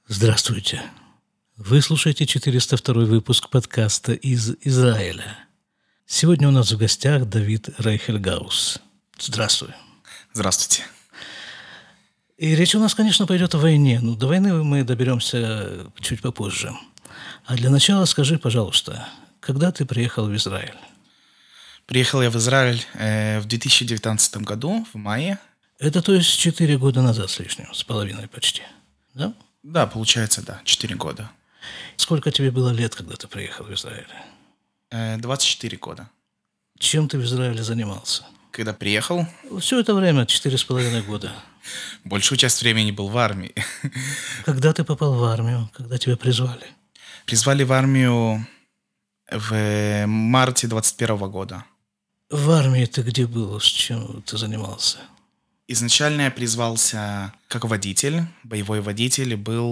Здравствуйте. Вы слушаете 402 выпуск подкаста из Израиля. Сегодня у нас в гостях Давид Рейхельгаус. Здравствуй. Здравствуйте. И речь у нас, конечно, пойдет о войне, но до войны мы доберемся чуть попозже. А для начала скажи, пожалуйста, когда ты приехал в Израиль? Приехал я в Израиль в 2019 году, в мае. Это то есть 4 года назад с лишним, с половиной почти, да? Да, получается, да, 4 года. Сколько тебе было лет, когда ты приехал в Израиль? 24 года. Чем ты в Израиле занимался? Когда приехал, Все это время, 4,5 года. большую часть времени был в армии. Когда ты попал в армию? Когда тебя призвали? Призвали в армию в марте 21 года. В армии ты где был? С чем ты занимался? Изначально я призвался как водитель, боевой водитель, был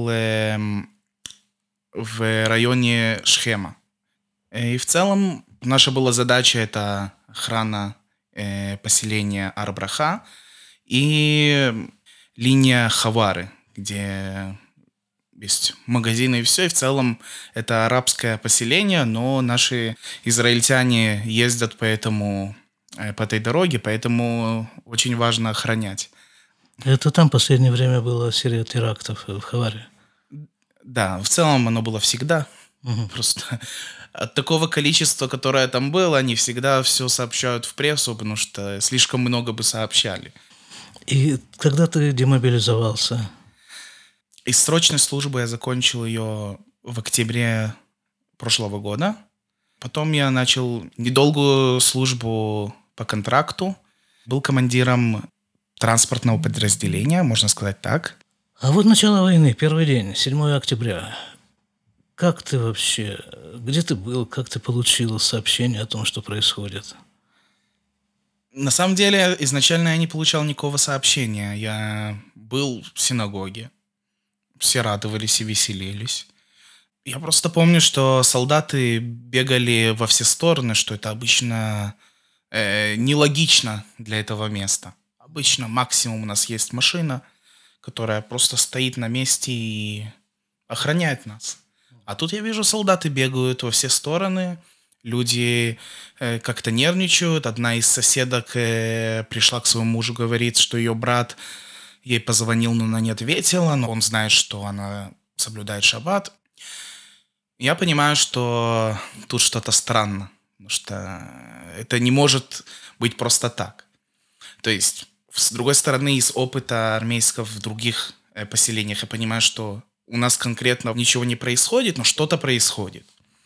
в районе Шхема. И в целом наша была задача — это охрана поселения Ар-Браха и линия Хавары, где есть магазины и все. И в целом это арабское поселение, но наши израильтяне ездят по этой дороге, поэтому очень важно охранять. Это там в последнее время была серия терактов в Хаваре. Да, в целом оно было всегда. Мгм. Просто от такого количества, которое там было, они всегда все сообщают в прессу, потому что слишком много бы сообщали. И когда ты демобилизовался? Из срочной службы я закончил ее в октябре прошлого года. Потом я начал недолгую службу по контракту. Был командиром транспортного подразделения, можно сказать так. А вот начало войны, первый день, 7 октября. Как ты вообще, где ты был, как ты получил сообщение о том, что происходит? На самом деле, изначально я не получал никакого сообщения. Я был в синагоге. Все радовались и веселились. Я просто помню, что солдаты бегали во все стороны, что это обычно нелогично для этого места. Обычно максимум у нас есть машина, которая просто стоит на месте и охраняет нас. А тут я вижу, солдаты бегают во все стороны, люди как-то нервничают. Одна из соседок пришла к своему мужу, говорит, что ее брат ей позвонил, но она не ответила, но он знает, что она соблюдает шаббат. Я понимаю, что тут что-то странно, потому что это не может быть просто так. То есть, с другой стороны, из опыта армейского в других поселениях я понимаю, что у нас конкретно ничего не происходит, но что-то происходит.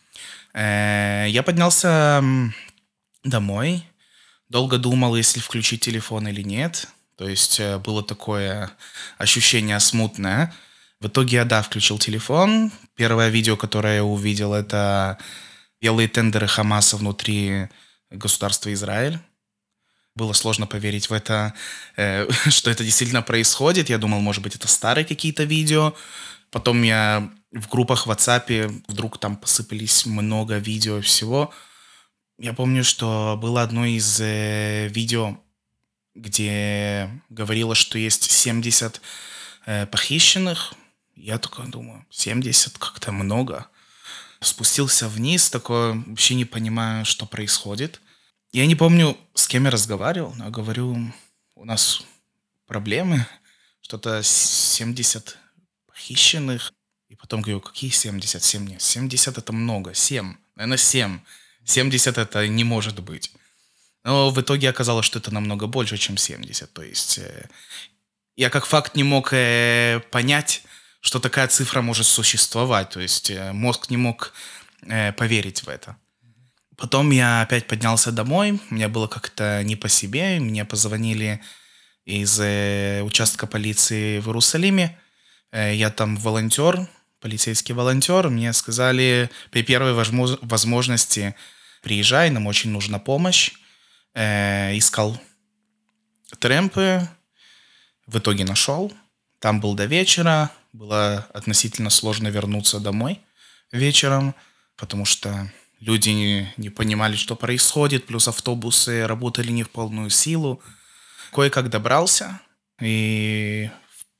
Я поднялся домой, долго думал, если включить телефон или нет. То есть было такое ощущение смутное. В итоге я, да, включил телефон. Первое видео, которое я увидел, это белые тендеры Хамаса внутри государства Израиль. Было сложно поверить в это, что это действительно происходит. Я думал, может быть, это старые какие-то видео. Потом я в группах в WhatsApp, вдруг там посыпались много видео и всего. Я помню, что было одно из видео, где говорилось, что есть 70 похищенных. Я такой думаю, 70 как-то много. Спустился вниз, такой вообще не понимаю, что происходит. Я не помню, с кем я разговаривал, но я говорю, у нас проблемы, что-то 70 похищенных. И потом говорю, какие 70? 7 нет. 70 это много, 7. Наверное, 7. 70 это не может быть. Но в итоге оказалось, что это намного больше, чем 70. То есть я как факт не мог понять, что такая цифра может существовать. То есть мозг не мог поверить в это. Потом я опять поднялся домой, мне было как-то не по себе, мне позвонили из участка полиции в Иерусалиме. Я там волонтер, полицейский волонтер. Мне сказали, при первой возможности приезжай, нам очень нужна помощь. Искал трэмпы, в итоге нашел. Там был до вечера, было относительно сложно вернуться домой вечером, потому что люди не понимали, что происходит, плюс автобусы работали не в полную силу. Кое-как добрался, и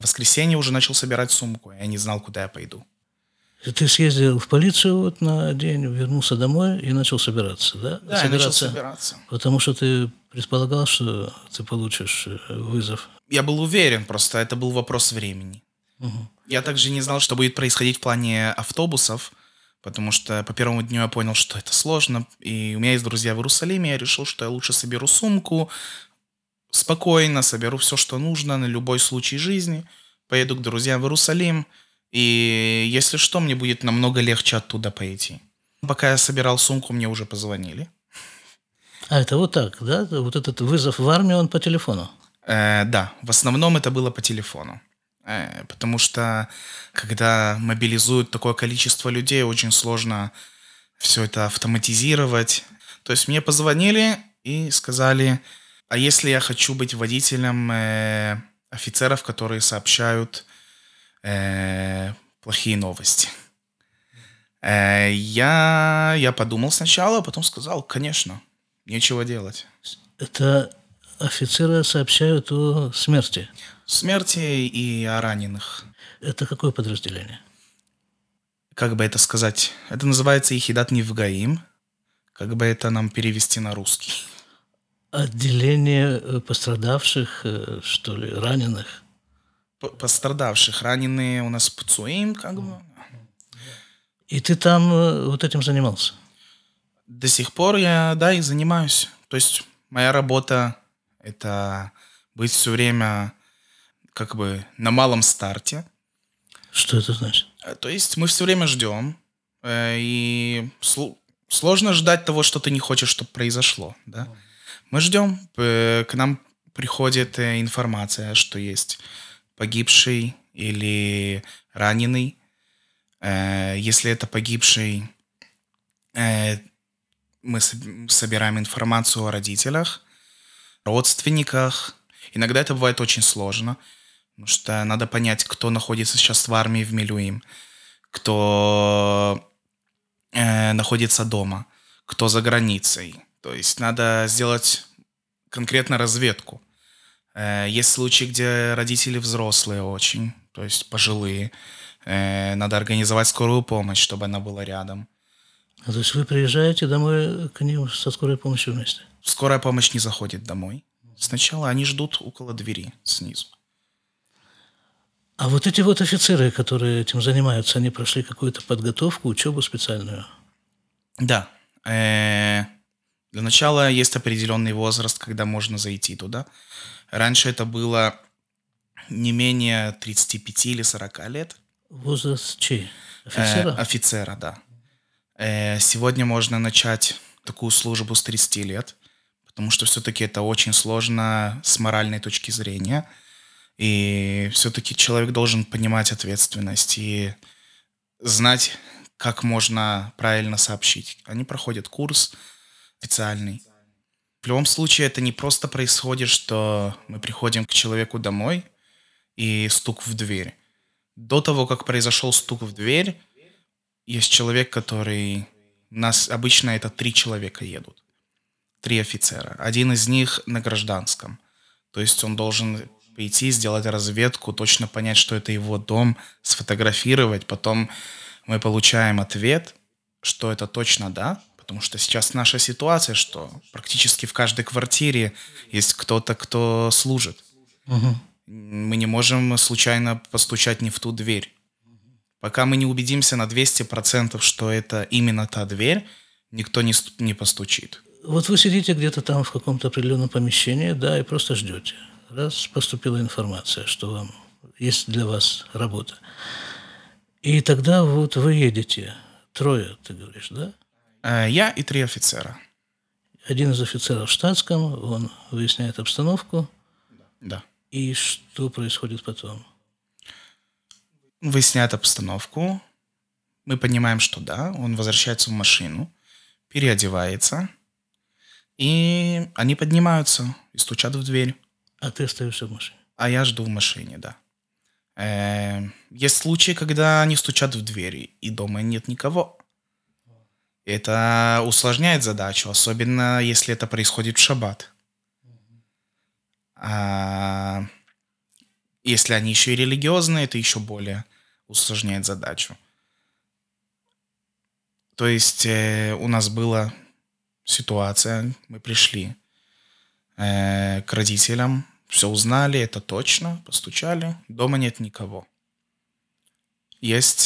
В воскресенье уже начал собирать сумку. Я не знал, куда я пойду. И ты съездил в полицию вот на день, вернулся домой и начал собираться, да? Да, я начал собираться. Потому что ты предполагал, что ты получишь вызов. Я был уверен, просто это был вопрос времени. Мгм. Я также не знал, что будет происходить в плане автобусов, потому что по первому дню я понял, что это сложно. И у меня есть друзья в Иерусалиме, я решил, что я лучше соберу сумку, спокойно соберу все, что нужно на любой случай жизни, поеду к друзьям в Иерусалим, и если что, мне будет намного легче оттуда пойти. Пока я собирал сумку, мне уже позвонили. А это вот так, да? Вот этот вызов в армию, он по телефону? Да, в основном это было по телефону. Потому что, когда мобилизуют такое количество людей, очень сложно все это автоматизировать. То есть мне позвонили и сказали, а если я хочу быть водителем офицеров, которые сообщают плохие новости? Я подумал сначала, а потом сказал, конечно, нечего делать. Это офицеры сообщают о смерти. Смерти и о раненых. Это какое подразделение? Как бы это сказать? Это называется Ихидат Нивгаим. Как бы это нам перевести на русский? Отделение пострадавших, что ли, раненых? Пострадавших. Раненые у нас пцуим, как бы. И ты там вот этим занимался? До сих пор я, да, и занимаюсь. То есть моя работа — это быть все время как бы на малом старте. Что это значит? То есть мы все время ждем, и сложно ждать того, что ты не хочешь, чтобы произошло, да? Мы ждем, к нам приходит информация, что есть погибший или раненый. Если это погибший, мы собираем информацию о родителях, родственниках. Иногда это бывает очень сложно, потому что надо понять, кто находится сейчас в армии в Милюим, кто находится дома, кто за границей. То есть надо сделать конкретно разведку. Есть случаи, где родители взрослые очень, то есть пожилые. Надо организовать скорую помощь, чтобы она была рядом. То есть вы приезжаете домой к ним со скорой помощью вместе? Скорая помощь не заходит домой. Сначала они ждут около двери снизу. А вот эти вот офицеры, которые этим занимаются, они прошли какую-то подготовку, учебу специальную? Да. Для начала есть определенный возраст, когда можно зайти туда. Раньше это было не менее 35 или 40 лет. Возраст чей? Офицера? Офицера, да. Сегодня можно начать такую службу с 30 лет, потому что все-таки это очень сложно с моральной точки зрения. И все-таки человек должен понимать ответственность и знать, как можно правильно сообщить. Они проходят курс специальный. В любом случае, это не просто происходит, что мы приходим к человеку домой и стук в дверь. До того, как произошел стук в дверь, есть человек, который... У нас обычно это 3 человека едут. 3 офицера. Один из них на гражданском. То есть он должен прийти, сделать разведку, точно понять, что это его дом, сфотографировать. Потом мы получаем ответ, что это точно да. Потому что сейчас наша ситуация, что практически в каждой квартире есть кто-то, кто служит. Угу. Мы не можем случайно постучать не в ту дверь. Пока мы не убедимся на 200%, что это именно та дверь, никто не постучит. Вот вы сидите где-то там в каком-то определенном помещении, да, и просто ждете. Раз поступила информация, что вам есть для вас работа. И тогда вот вы едете. 3, ты говоришь, да? Я и 3 офицера. Один из офицеров в штатском, он выясняет обстановку. Да. И что происходит потом? Выясняет обстановку. Мы понимаем, что да. Он возвращается в машину, переодевается. И они поднимаются и стучат в дверь. А ты остаешься в машине? А я жду в машине, да. Есть случаи, когда они стучат в двери, и дома нет никого. Это усложняет задачу, особенно если это происходит в шаббат. Если они еще и религиозные, это еще более усложняет задачу. То есть у нас была ситуация, мы пришли к родителям, все узнали, это точно, постучали, дома нет никого. Есть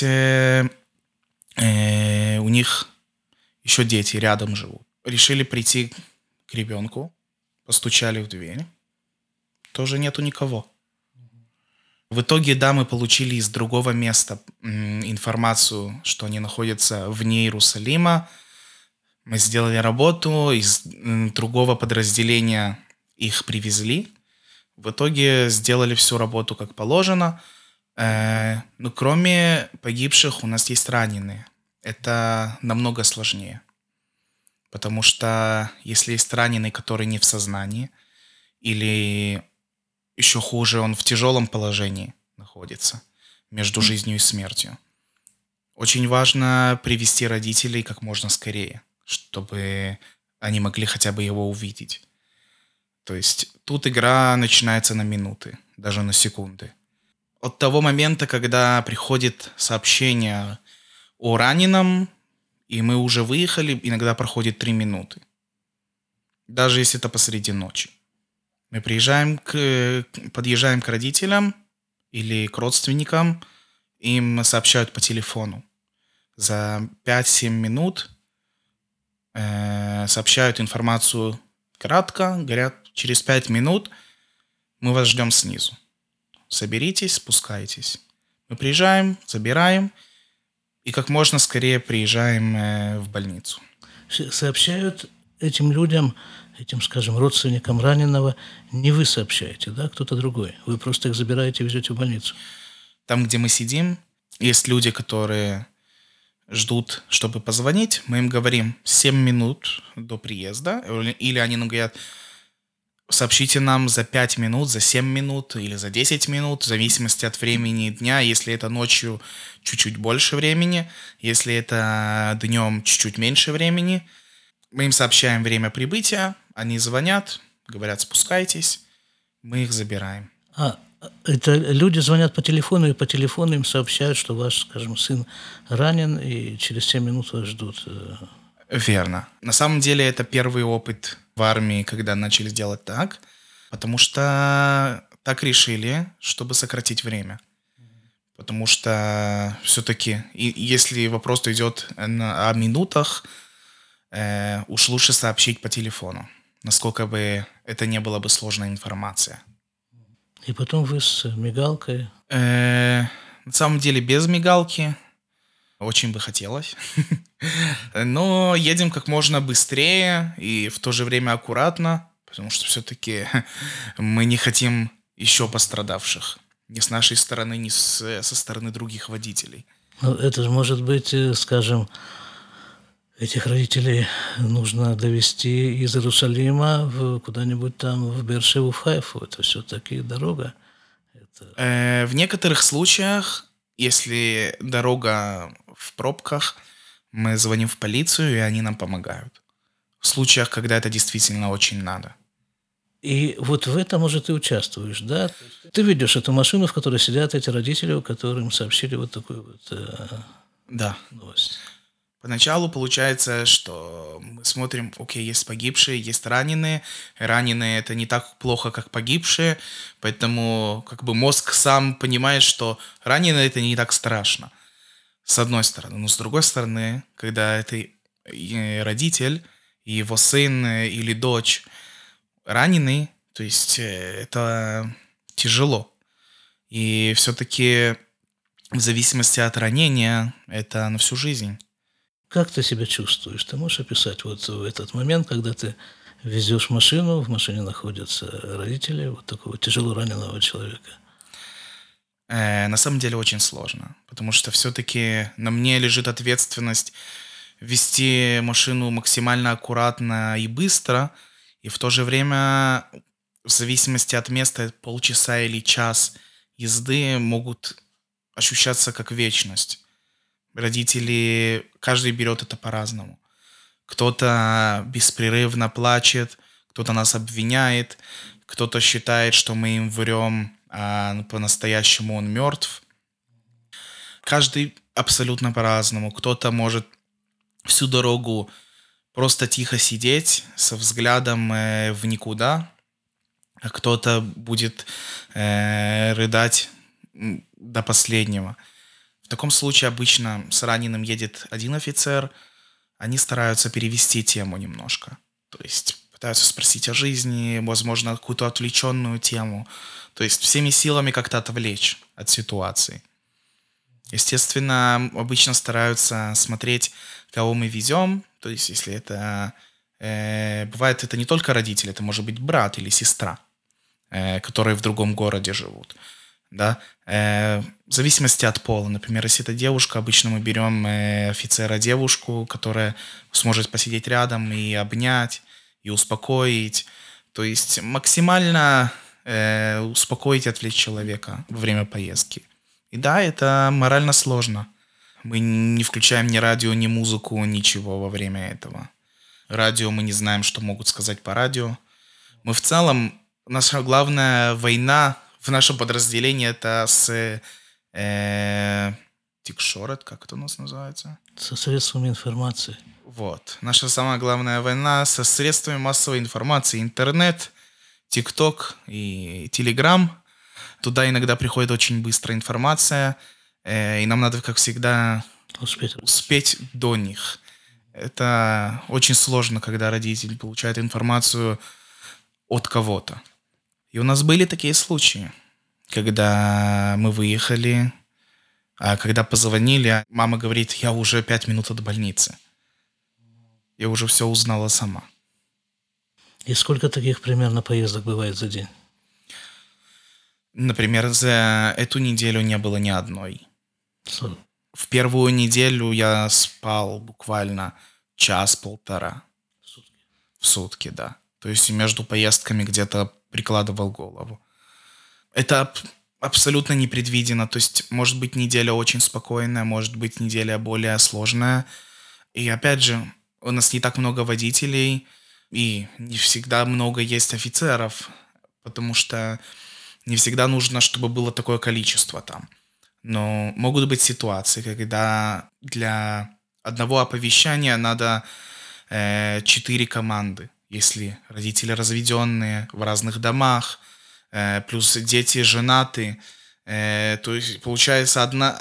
у них еще дети рядом живут. Решили прийти к ребенку, постучали в дверь, тоже нету никого. В итоге, да, мы получили из другого места информацию, что они находятся вне Иерусалима. Мы сделали работу, из другого подразделения их привезли. В итоге сделали всю работу как положено. Но кроме погибших у нас есть раненые. Это намного сложнее. Потому что если есть раненый, который не в сознании, или еще хуже, он в тяжелом положении находится между жизнью и смертью, очень важно привести родителей как можно скорее, чтобы они могли хотя бы его увидеть. То есть тут игра начинается на минуты, даже на секунды. От того момента, когда приходит сообщение о раненом, и мы уже выехали, иногда проходит 3 минуты. Даже если это посреди ночи. Мы подъезжаем к родителям или к родственникам, им сообщают по телефону. За 5-7 минут сообщают информацию кратко, говорят, через 5 минут мы вас ждем снизу. Соберитесь, спускайтесь. Мы приезжаем, забираем и как можно скорее приезжаем в больницу. Сообщают этим людям, этим, скажем, родственникам раненого, не вы сообщаете, да, кто-то другой. Вы просто их забираете и везете в больницу. Там, где мы сидим, есть люди, которые ждут, чтобы позвонить. Мы им говорим 7 минут до приезда. Или они нам говорят, сообщите нам за 5 минут, за 7 минут или за 10 минут, в зависимости от времени дня. Если это ночью, чуть-чуть больше времени. Если это днем, чуть-чуть меньше времени. Мы им сообщаем время прибытия, они звонят, говорят, спускайтесь, мы их забираем. Это люди звонят по телефону, и по телефону им сообщают, что ваш, скажем, сын ранен, и через 7 минут вас ждут. Верно. На самом деле это первый опыт в армии, когда начали делать так, потому что так решили, чтобы сократить время. Потому что все-таки, если вопрос идет о минутах, уж лучше сообщить по телефону, насколько бы это не была бы сложная информация. И потом вы с мигалкой? На самом деле без мигалки. Очень бы хотелось. Но едем как можно быстрее и в то же время аккуратно, потому что все-таки мы не хотим еще пострадавших. Ни с нашей стороны, ни со стороны других водителей. Это же может быть, скажем, этих родителей нужно довести из Иерусалима куда-нибудь там в Беэр-Шеву, в Хайфу. Это все-таки дорога. В некоторых случаях, если дорога в пробках, мы звоним в полицию, и они нам помогают. В случаях, когда это действительно очень надо. И вот в этом уже ты участвуешь, да? Ты ведешь эту машину, в которой сидят эти родители, которым сообщили вот такую вот новость. Поначалу получается, что мы смотрим, окей, есть погибшие, есть раненые. Раненые это не так плохо, как погибшие, поэтому как бы мозг сам понимает, что раненые это не так страшно. С одной стороны. Но с другой стороны, когда это родитель, и его сын или дочь раненый, то есть это тяжело. И все-таки в зависимости от ранения это на всю жизнь. Как ты себя чувствуешь? Ты можешь описать вот в этот момент, когда ты везешь машину, в машине находятся родители вот такого тяжело раненого человека? На самом деле очень сложно, потому что все-таки на мне лежит ответственность вести машину максимально аккуратно и быстро, и в то же время, в зависимости от места, полчаса или час езды могут ощущаться как вечность. Родители, каждый берет это по-разному. Кто-то беспрерывно плачет, кто-то нас обвиняет, кто-то считает, что мы им врем, а по-настоящему он мертв. Каждый абсолютно по-разному. Кто-то может всю дорогу просто тихо сидеть со взглядом в никуда, а кто-то будет рыдать до последнего. В таком случае обычно с раненым едет один офицер, они стараются перевести тему немножко. То есть пытаются спросить о жизни, возможно, какую-то отвлеченную тему. То есть всеми силами как-то отвлечь от ситуации. Естественно, обычно стараются смотреть, кого мы везем. То есть если это... бывает, это не только родители, это может быть брат или сестра, которые в другом городе живут. Да? В зависимости от пола. Например, если это девушка, обычно мы берем офицера-девушку, которая сможет посидеть рядом и обнять, и успокоить. То есть максимально успокоить и отвлечь человека во время поездки. И да, это морально сложно. Мы не включаем ни радио, ни музыку, ничего во время этого. Радио, мы не знаем, что могут сказать по радио. Мы в целом, наша главная война в нашем подразделении это с тикшорет, как это у нас называется? Со средствами информации. Вот. Наша самая главная война со средствами массовой информации. Интернет, ТикТок и Телеграм. Туда иногда приходит очень быстрая информация, и нам надо, как всегда, успеть до них. Это очень сложно, когда родитель получает информацию от кого-то. И у нас были такие случаи, когда мы выехали, а когда позвонили, мама говорит, я уже 5 минут от больницы. Я уже все узнала сама. И сколько таких примерно поездок бывает за день? Например, за эту неделю не было ни одной. 40. В первую неделю я спал буквально час-полтора. В сутки, да. То есть между поездками где-то прикладывал голову. Это абсолютно непредвиденно. То есть может быть неделя очень спокойная, может быть неделя более сложная. И опять же, у нас не так много водителей, и не всегда много есть офицеров, потому что не всегда нужно, чтобы было такое количество там. Но могут быть ситуации, когда для одного оповещания надо 4 команды. Если родители разведенные в разных домах, плюс дети женаты, то есть получается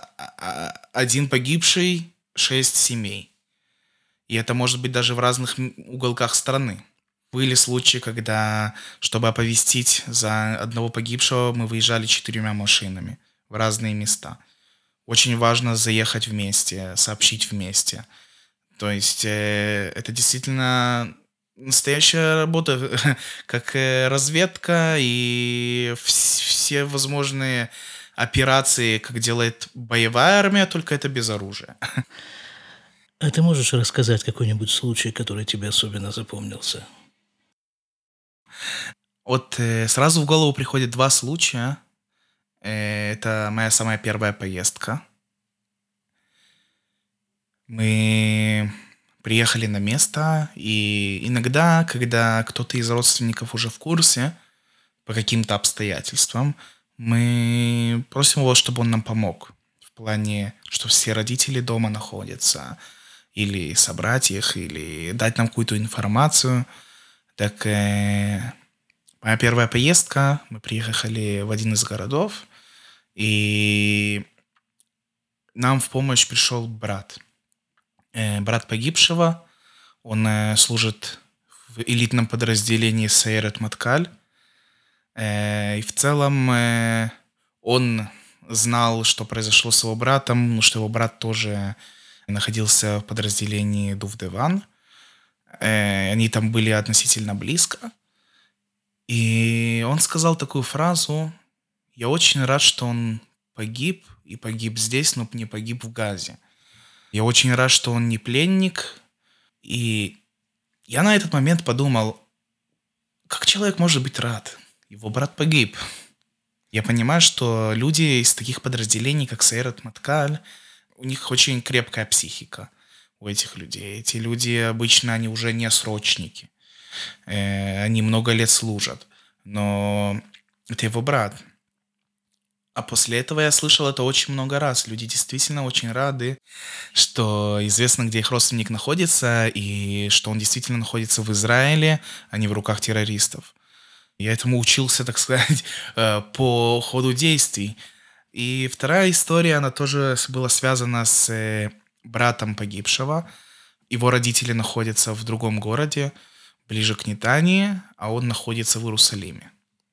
один погибший, 6 семей. И это может быть даже в разных уголках страны. Были случаи, когда, чтобы оповестить за одного погибшего, мы выезжали 4 машинами в разные места. Очень важно заехать вместе, сообщить вместе. То есть это действительно настоящая работа, как разведка и все возможные операции, как делает боевая армия, только это без оружия. А ты можешь рассказать какой-нибудь случай, который тебе особенно запомнился? Вот сразу в голову приходят 2 случая. Это моя самая первая поездка. Мы приехали на место, и иногда, когда кто-то из родственников уже в курсе по каким-то обстоятельствам, мы просим его, чтобы он нам помог. В плане, что все родители дома находятся, или собрать их, или дать нам какую-то информацию. Так моя первая поездка, мы приехали в один из городов, и нам в помощь пришел брат. Брат погибшего, он служит в элитном подразделении Сейрет Маткаль. И в целом он знал, что произошло с его братом, что его брат тоже находился в подразделении Дуфдеван. Они там были относительно близко. И он сказал такую фразу: «Я очень рад, что он погиб, и погиб здесь, но не погиб в Газе. Я очень рад, что он не пленник». И я на этот момент подумал, как человек может быть рад? Его брат погиб. Я понимаю, что люди из таких подразделений, как Сейрет Маткаль, у них очень крепкая психика, у этих людей. Эти люди обычно, они уже не срочники. Они много лет служат. Но это его брат. А после этого я слышал это очень много раз. Люди действительно очень рады, что известно, где их родственник находится, и что он действительно находится в Израиле, а не в руках террористов. Я этому учился, так сказать, по ходу действий. И вторая история, она тоже была связана с братом погибшего. Его родители находятся в другом городе, ближе к Нетании, а он находится в Иерусалиме.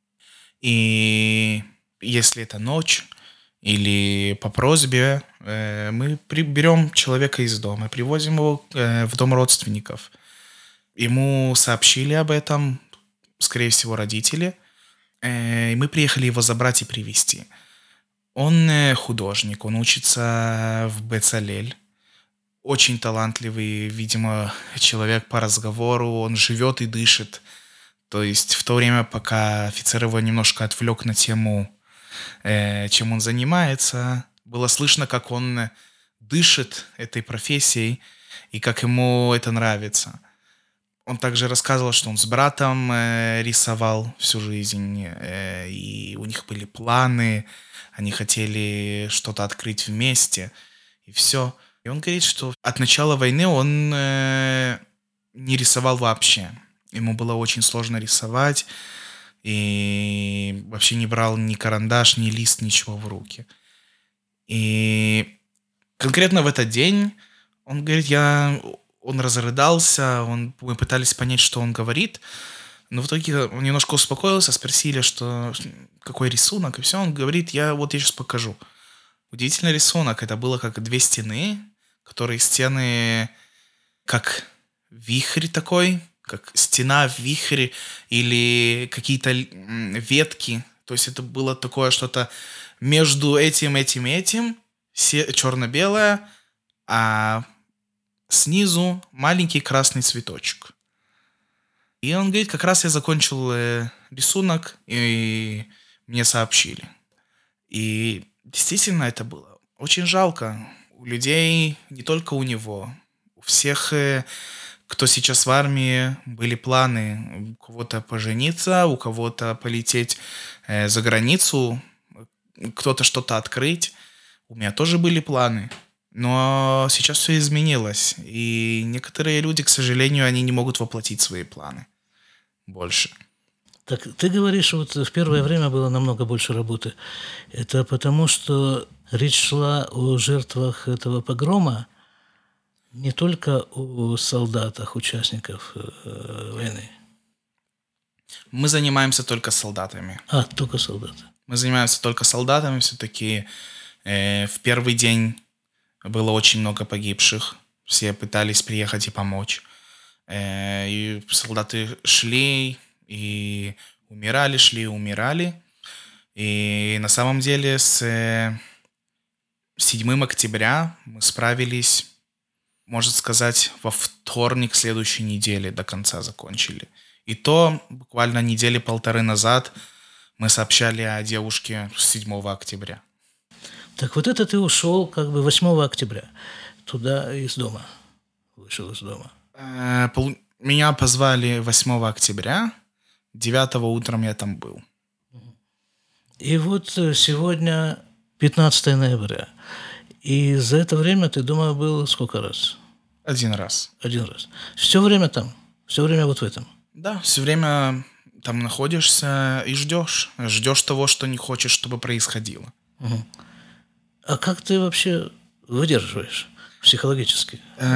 И если это ночь или по просьбе, мы берем человека из дома, привозим его в дом родственников. Ему сообщили об этом, скорее всего, родители, и мы приехали его забрать и привезти. Он художник, он учится в Бецалель. Очень талантливый, видимо, человек по разговору, он живет и дышит. То есть в то время, пока офицер его немножко отвлек на тему, чем он занимается, было слышно, как он дышит этой профессией и как ему это нравится. Он также рассказывал, что он с братом рисовал всю жизнь, и у них были планы, они хотели что-то открыть вместе, и все. И он говорит, что от начала войны он не рисовал вообще. Ему было очень сложно рисовать, и вообще не брал ни карандаш, ни лист, ничего в руки. И конкретно в этот день он говорит, он разрыдался, мы пытались понять, что он говорит, но в итоге он немножко успокоился, спросили, что какой рисунок, и все, он говорит, я сейчас покажу. Удивительный рисунок, это было как две стены, которые стены как вихрь такой, как стена в вихре или какие-то ветки, то есть это было такое что-то между этим, черно-белое, а снизу маленький красный цветочек. И он говорит, как раз я закончил рисунок, и мне сообщили. И действительно это было очень жалко. У людей, не только у него, у всех, кто сейчас в армии, были планы. У кого-то пожениться, у кого-то полететь за границу, кто-то что-то открыть. У меня тоже были планы. Но сейчас все изменилось. И некоторые люди, к сожалению, они не могут воплотить свои планы больше. Так ты говоришь, вот в первое время было намного больше работы. Это потому, что речь шла о жертвах этого погрома, не только о солдатах, участников войны. Мы занимаемся только солдатами. Только солдаты. Мы занимаемся только солдатами. Все-таки в первый день было очень много погибших. Все пытались приехать и помочь. И солдаты шли и умирали, шли и умирали. И на самом деле с 7 октября мы справились, можно сказать, во вторник следующей недели до конца закончили. И то буквально недели полторы назад мы сообщали о девушке 7 октября. Так вот это ты ушел как бы 8 октября туда из дома, вышел из дома. Меня позвали 8 октября, 9 утром я там был. И вот сегодня 15 ноября. И за это время ты дома был сколько раз? Один раз. Один раз. Все время там? Все время вот в этом? Да, все время там находишься и ждешь. Ждешь того, что не хочешь, чтобы происходило. Угу. А как ты вообще выдерживаешь психологически?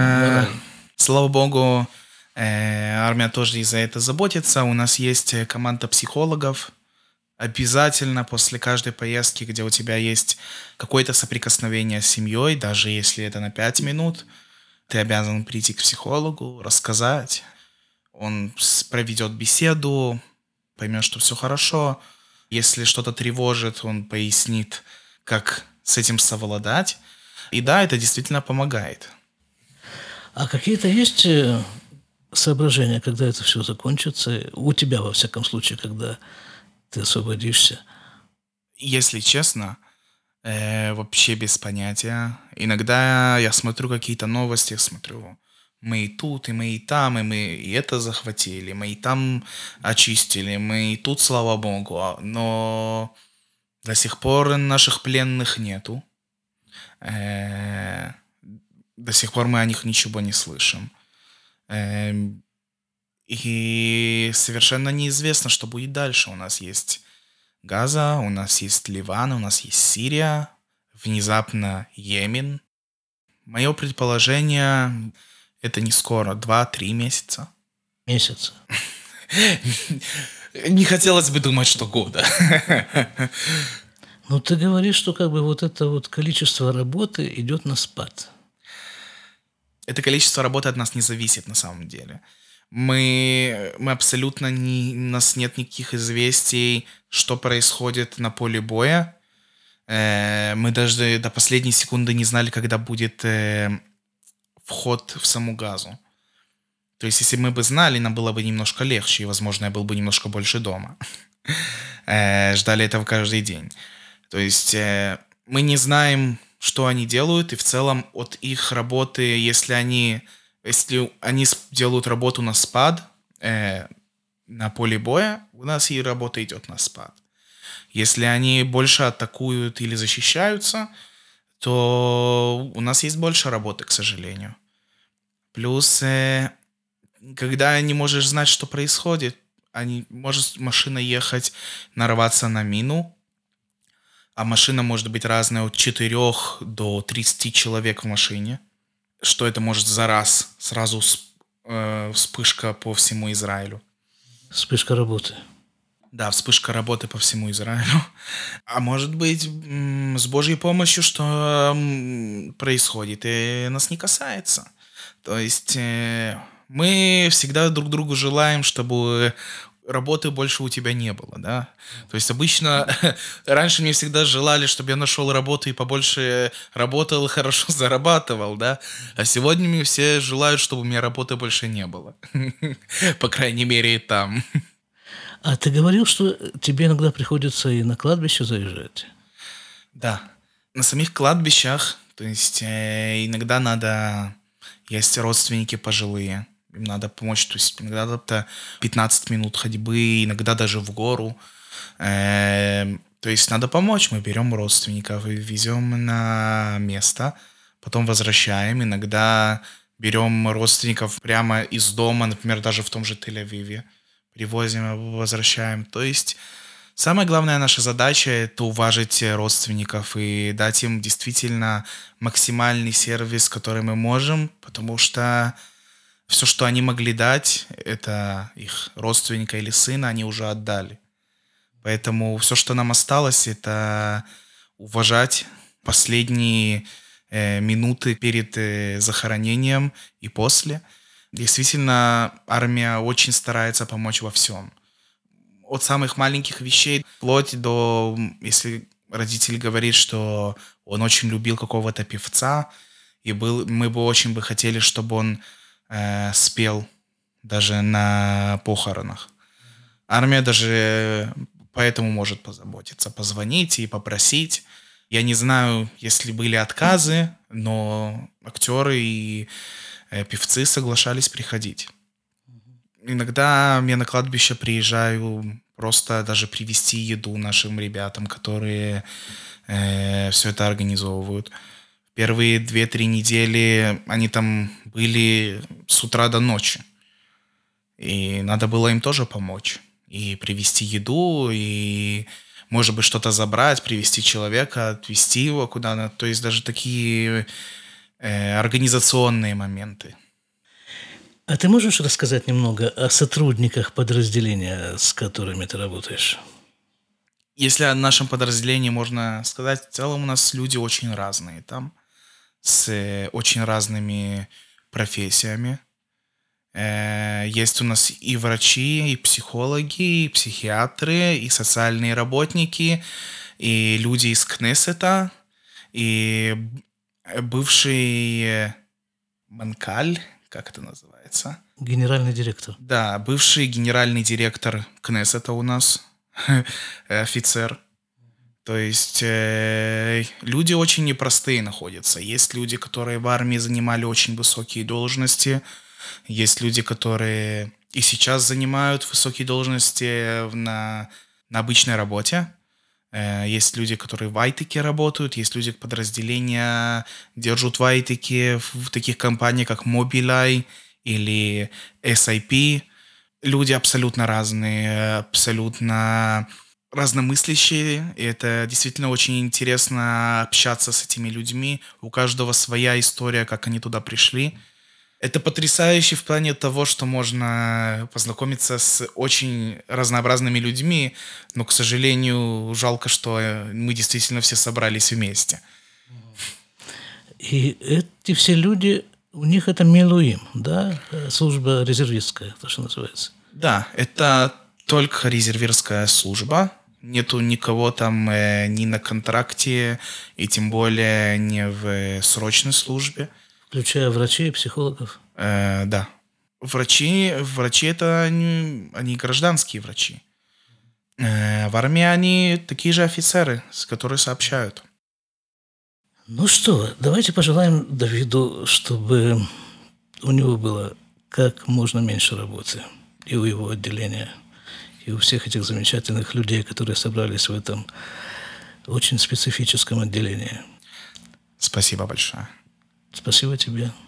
Слава богу, армия тоже из-за этого заботится. У нас есть команда психологов. Обязательно после каждой поездки, где у тебя есть какое-то соприкосновение с семьей, даже если это на 5 минут, ты обязан прийти к психологу, рассказать. Он проведет беседу, поймет, что все хорошо. Если что-то тревожит, он пояснит, как с этим совладать. И да, это действительно помогает. А какие-то есть соображения, когда это все закончится? У тебя, во всяком случае, когда ты освободишься? Если честно, вообще без понятия. Иногда я смотрю какие-то новости, смотрю, мы и тут, и мы и там, и мы и это захватили, мы и там очистили, мы и тут, слава богу. Но До сих пор наших пленных нету. Э, До сих пор мы о них ничего не слышим. Эм, И совершенно неизвестно, что будет дальше. У нас есть Газа, у нас есть Ливан, у нас есть Сирия, внезапно Йемен. Мое предположение, это не скоро, 2-3 месяца. Месяца. Не хотелось бы думать, что года. Но ты говоришь, что как бы вот это вот количество работы идет на спад. Это количество работы от нас не зависит на самом деле. Мы абсолютно у нас нет никаких известий, что происходит на поле боя. Мы даже до последней секунды не знали, когда будет вход в саму Газу. То есть, если мы бы знали, нам было бы немножко легче, и, возможно, я был бы немножко больше дома. Ждали этого каждый день. То есть, мы не знаем, что они делают, и в целом от их работы, если они делают работу на спад, на поле боя, у нас и работа идет на спад. Если они больше атакуют или защищаются, то у нас есть больше работы, к сожалению. Плюс, когда не можешь знать, что происходит, может машина ехать, нарваться на мину, а машина может быть разная от 4 до 30 человек в машине, что это может за раз сразу вспышка по всему Израилю. Вспышка работы. Да, вспышка работы по всему Израилю. А может быть, с Божьей помощью, что происходит, и нас не касается. То есть мы всегда друг другу желаем, чтобы работы больше у тебя не было, да. То есть обычно раньше мне всегда желали, чтобы я нашел работу и побольше работал, хорошо зарабатывал, да. А сегодня мне все желают, чтобы у меня работы больше не было. По крайней мере, и там. А ты говорил, что тебе иногда приходится и на кладбище заезжать? Да. На самих кладбищах, то есть иногда надо... Есть родственники пожилые, им надо помочь, то есть иногда это 15 минут ходьбы, иногда даже в гору. То есть надо помочь, мы берем родственников и везем на место, потом возвращаем, иногда берем родственников прямо из дома, например, даже в том же Тель-Авиве, привозим, возвращаем. То есть самая главная наша задача — это уважить родственников и дать им действительно максимальный сервис, который мы можем, потому что все, что они могли дать, это их родственника или сына, они уже отдали. Поэтому все, что нам осталось, это уважать последние минуты перед захоронением и после. Действительно, армия очень старается помочь во всем. От самых маленьких вещей, вплоть до, если родитель говорит, что он очень любил какого-то певца, и мы бы очень бы хотели, чтобы он спел даже на похоронах. Армия даже поэтому может позаботиться, позвонить и попросить. Я не знаю, если были отказы, но актеры и певцы соглашались приходить. Иногда я на кладбище приезжаю просто даже привезти еду нашим ребятам, которые все это организовывают. Первые 2-3 недели они там были с утра до ночи. И надо было им тоже помочь. И привезти еду, и, может быть, что-то забрать, привезти человека, отвезти его куда-то. То есть даже такие организационные моменты. А ты можешь рассказать немного о сотрудниках подразделения, с которыми ты работаешь? Если о нашем подразделении можно сказать, в целом у нас люди очень разные там, с очень разными профессиями. Есть у нас и врачи, и психологи, и психиатры, и социальные работники, и люди из Кнессета, и бывший Манкаль, как это называется? Генеральный директор. Да, бывший генеральный директор Кнессета у нас, офицер. То есть люди очень непростые находятся. Есть люди, которые в армии занимали очень высокие должности. Есть люди, которые и сейчас занимают высокие должности на обычной работе. Есть люди, которые в Айтеке работают, есть люди, подразделения держат в Айтеке в таких компаниях, как Mobileye или SIP. Люди абсолютно разные, абсолютно разномыслящие. И это действительно очень интересно общаться с этими людьми. У каждого своя история, как они туда пришли. Это потрясающе в плане того, что можно познакомиться с очень разнообразными людьми, но, к сожалению, жалко, что мы действительно все собрались вместе. И эти все люди, у них это милуим, да, служба резервистская, то, что называется. Да, это только резервистская служба. Нету никого там ни на контракте, и тем более не в срочной службе. Включая врачей и психологов. Да. Врачи это они гражданские врачи. В армии они такие же офицеры, которые сообщают. Ну что, давайте пожелаем Давиду, чтобы у него было как можно меньше работы. И у его отделения, и у всех этих замечательных людей, которые собрались в этом очень специфическом отделении. Спасибо большое. Спасибо тебе.